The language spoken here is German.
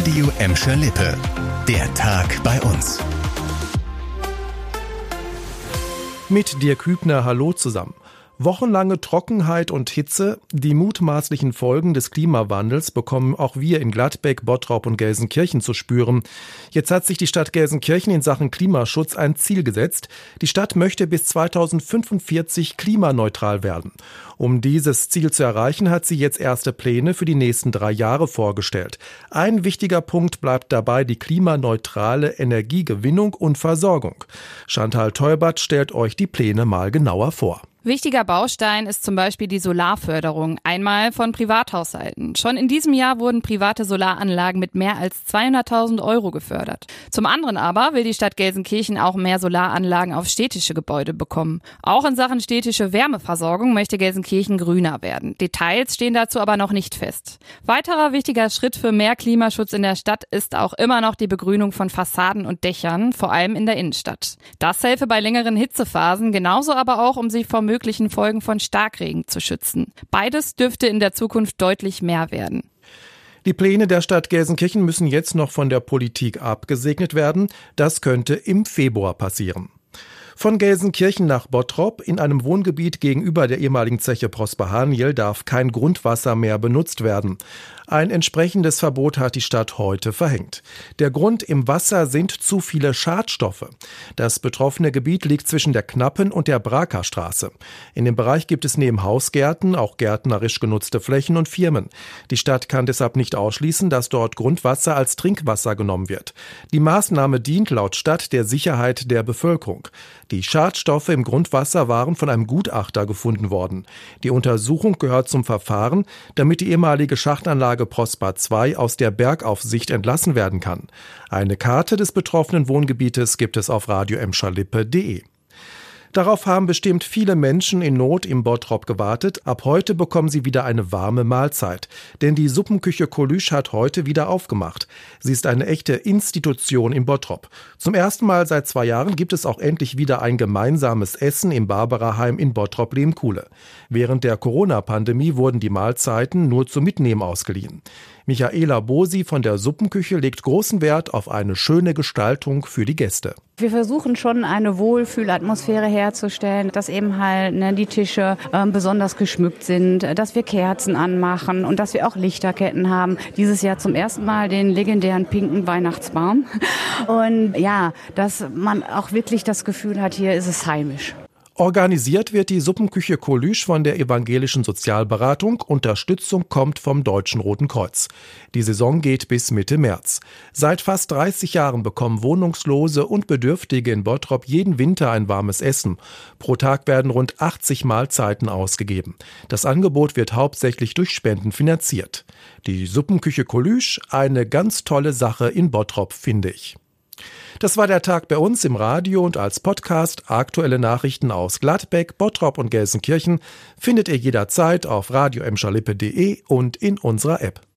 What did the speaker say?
Radio Emscher Lippe. Der Tag bei uns. Mit Dirk Hübner, hallo zusammen. Wochenlange Trockenheit und Hitze, die mutmaßlichen Folgen des Klimawandels bekommen auch wir in Gladbeck, Bottrop und Gelsenkirchen zu spüren. Jetzt hat sich die Stadt Gelsenkirchen in Sachen Klimaschutz ein Ziel gesetzt. Die Stadt möchte bis 2045 klimaneutral werden. Um dieses Ziel zu erreichen, hat sie jetzt erste Pläne für die nächsten 3 Jahre vorgestellt. Ein wichtiger Punkt bleibt dabei die klimaneutrale Energiegewinnung und Versorgung. Chantal Teubert stellt euch die Pläne mal genauer vor. Wichtiger Baustein ist zum Beispiel die Solarförderung, einmal von Privathaushalten. Schon in diesem Jahr wurden private Solaranlagen mit mehr als 200.000 € gefördert. Zum anderen aber will die Stadt Gelsenkirchen auch mehr Solaranlagen auf städtische Gebäude bekommen. Auch in Sachen städtische Wärmeversorgung möchte Gelsenkirchen grüner werden. Details stehen dazu aber noch nicht fest. Weiterer wichtiger Schritt für mehr Klimaschutz in der Stadt ist auch immer noch die Begrünung von Fassaden und Dächern, vor allem in der Innenstadt. Das helfe bei längeren Hitzephasen, genauso aber auch, um sich vor möglichen Folgen von Starkregen zu schützen. Beides dürfte in der Zukunft deutlich mehr werden. Die Pläne der Stadt Gelsenkirchen müssen jetzt noch von der Politik abgesegnet werden. Das könnte im Februar passieren. Von Gelsenkirchen nach Bottrop in einem Wohngebiet gegenüber der ehemaligen Zeche Prosper Haniel darf kein Grundwasser mehr benutzt werden. Ein entsprechendes Verbot hat die Stadt heute verhängt. Der Grund: im Wasser sind zu viele Schadstoffe. Das betroffene Gebiet liegt zwischen der Knappen und der Brakerstraße. In dem Bereich gibt es neben Hausgärten auch gärtnerisch genutzte Flächen und Firmen. Die Stadt kann deshalb nicht ausschließen, dass dort Grundwasser als Trinkwasser genommen wird. Die Maßnahme dient laut Stadt der Sicherheit der Bevölkerung. Die Schadstoffe im Grundwasser waren von einem Gutachter gefunden worden. Die Untersuchung gehört zum Verfahren, damit die ehemalige Schachtanlage Prosper 2 aus der Bergaufsicht entlassen werden kann. Eine Karte des betroffenen Wohngebietes gibt es auf radioemscherlippe.de. Darauf haben bestimmt viele Menschen in Not im Bottrop gewartet. Ab heute bekommen sie wieder eine warme Mahlzeit. Denn die Suppenküche Kolüsch hat heute wieder aufgemacht. Sie ist eine echte Institution im Bottrop. Zum ersten Mal seit 2 Jahren gibt es auch endlich wieder ein gemeinsames Essen im Barbaraheim in Bottrop-Lehmkuhle. Während der Corona-Pandemie wurden die Mahlzeiten nur zum Mitnehmen ausgeliehen. Michaela Bosi von der Suppenküche legt großen Wert auf eine schöne Gestaltung für die Gäste. Wir versuchen schon eine Wohlfühlatmosphäre herzustellen, dass eben halt die Tische besonders geschmückt sind, dass wir Kerzen anmachen und dass wir auch Lichterketten haben. Dieses Jahr zum ersten Mal den legendären pinken Weihnachtsbaum. Und ja, dass man auch wirklich das Gefühl hat, hier ist es heimisch. Organisiert wird die Suppenküche Kolüsch von der Evangelischen Sozialberatung. Unterstützung kommt vom Deutschen Roten Kreuz. Die Saison geht bis Mitte März. Seit fast 30 Jahren bekommen Wohnungslose und Bedürftige in Bottrop jeden Winter ein warmes Essen. Pro Tag werden rund 80 Mahlzeiten ausgegeben. Das Angebot wird hauptsächlich durch Spenden finanziert. Die Suppenküche Kolüsch, eine ganz tolle Sache in Bottrop, finde ich. Das war der Tag bei uns im Radio und als Podcast. Aktuelle Nachrichten aus Gladbeck, Bottrop und Gelsenkirchen findet ihr jederzeit auf radioemscherlippe.de und in unserer App.